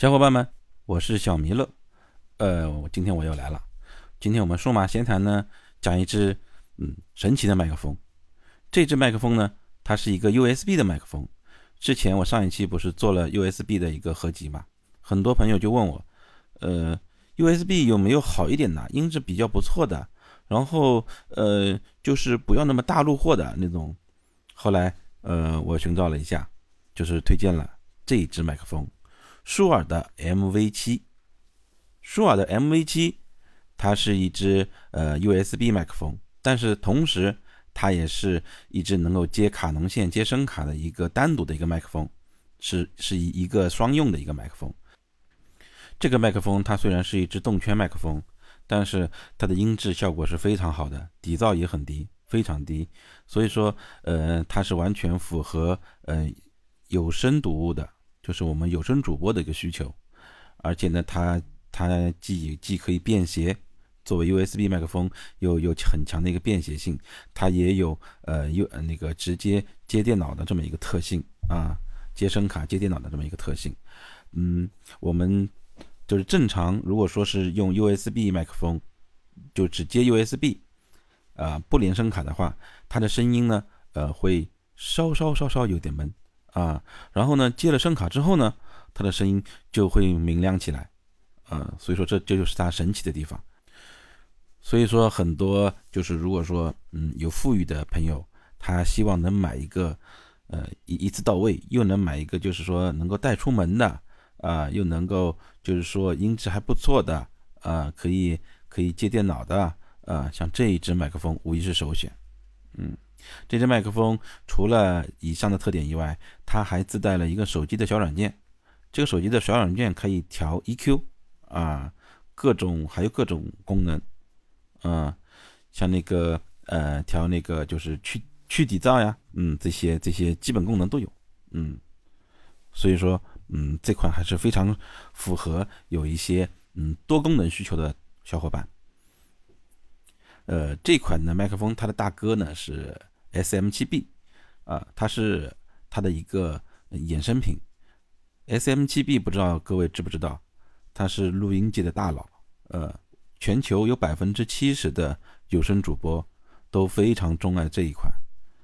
小伙伴们，我是小弥勒。今天我又来了。今天我们数码闲谈呢，讲一支神奇的麦克风。这支麦克风呢，它是一个 USB 的麦克风。之前我上一期不是做了 USB 的一个合集嘛，很多朋友就问我，USB 有没有好一点的，音质比较不错的，然后就是不要那么大陆货的那种。后来我寻找了一下，就是推荐了这一支麦克风。舒尔的 MV7， 舒尔的 MV7 它是一支USB 麦克风，但是同时它也是一支能够接卡农线接声卡的一个单独的一个麦克风，是一个双用的一个麦克风。这个麦克风它虽然是一支动圈麦克风，但是它的音质效果是非常好的，底噪也很低，非常低，所以说它是完全符合有声读物的，就是我们有声主播的一个需求。而且呢它既可以便携，作为 USB 麦克风有很强的一个便携性，它也有那个直接接电脑的这么一个特性啊，接声卡接电脑的这么一个特性。我们就是正常如果说是用 USB 麦克风，就只接 USB 不连声卡的话，它的声音呢会稍稍有点闷啊，然后呢接了声卡之后呢，它的声音就会明亮起来，所以说这就是它神奇的地方。所以说很多就是如果说有富裕的朋友，他希望能买一个一次到位，又能买一个就是说能够带出门的又能够就是说音质还不错的可以接电脑的像这一支麦克风无疑是首选。这支麦克风除了以上的特点以外，它还自带了一个手机的小软件。这个手机的小软件可以调 EQ 还有各种功能，像那个调那个就是去底噪呀，这些基本功能都有。所以说这款还是非常符合有一些多功能需求的小伙伴。这款的麦克风它的大哥呢是 SM7B 它是它的一个衍生品。SM7B 不知道各位知不知道，它是录音界的大佬，全球有 70% 的有声主播都非常钟爱这一款。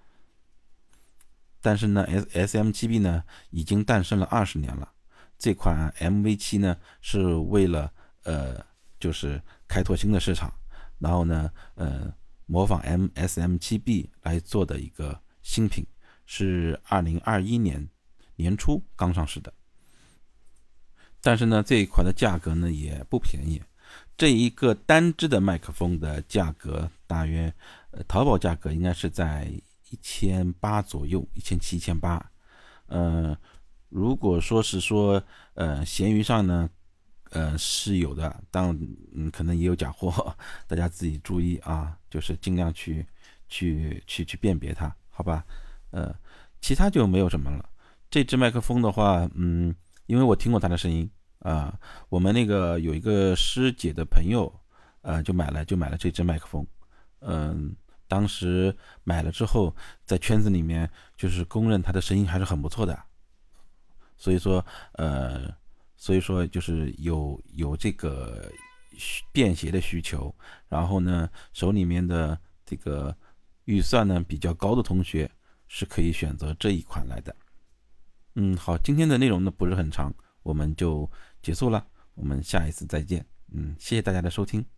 但是呢 SM7B 呢已经诞生了20年了，这款 MV7 呢是为了就是开拓新的市场，然后呢模仿 SM7B 来做的一个新品，是2021年年初刚上市的。但是呢这一款的价格呢也不便宜，这一个单支的麦克风的价格大约淘宝价格应该是在1800左右，1700、1800。如果说是说闲鱼上呢是有的，但可能也有假货，大家自己注意就是尽量去辨别它，好吧？其他就没有什么了。这支麦克风的话因为我听过它的声音我们那个有一个师姐的朋友就买了这支麦克风。当时买了之后，在圈子里面就是公认它的声音还是很不错的，所以说就是有这个便携的需求，然后呢手里面的这个预算呢比较高的同学是可以选择这一款来的。好，今天的内容呢不是很长，我们就结束了，我们下一次再见。谢谢大家的收听。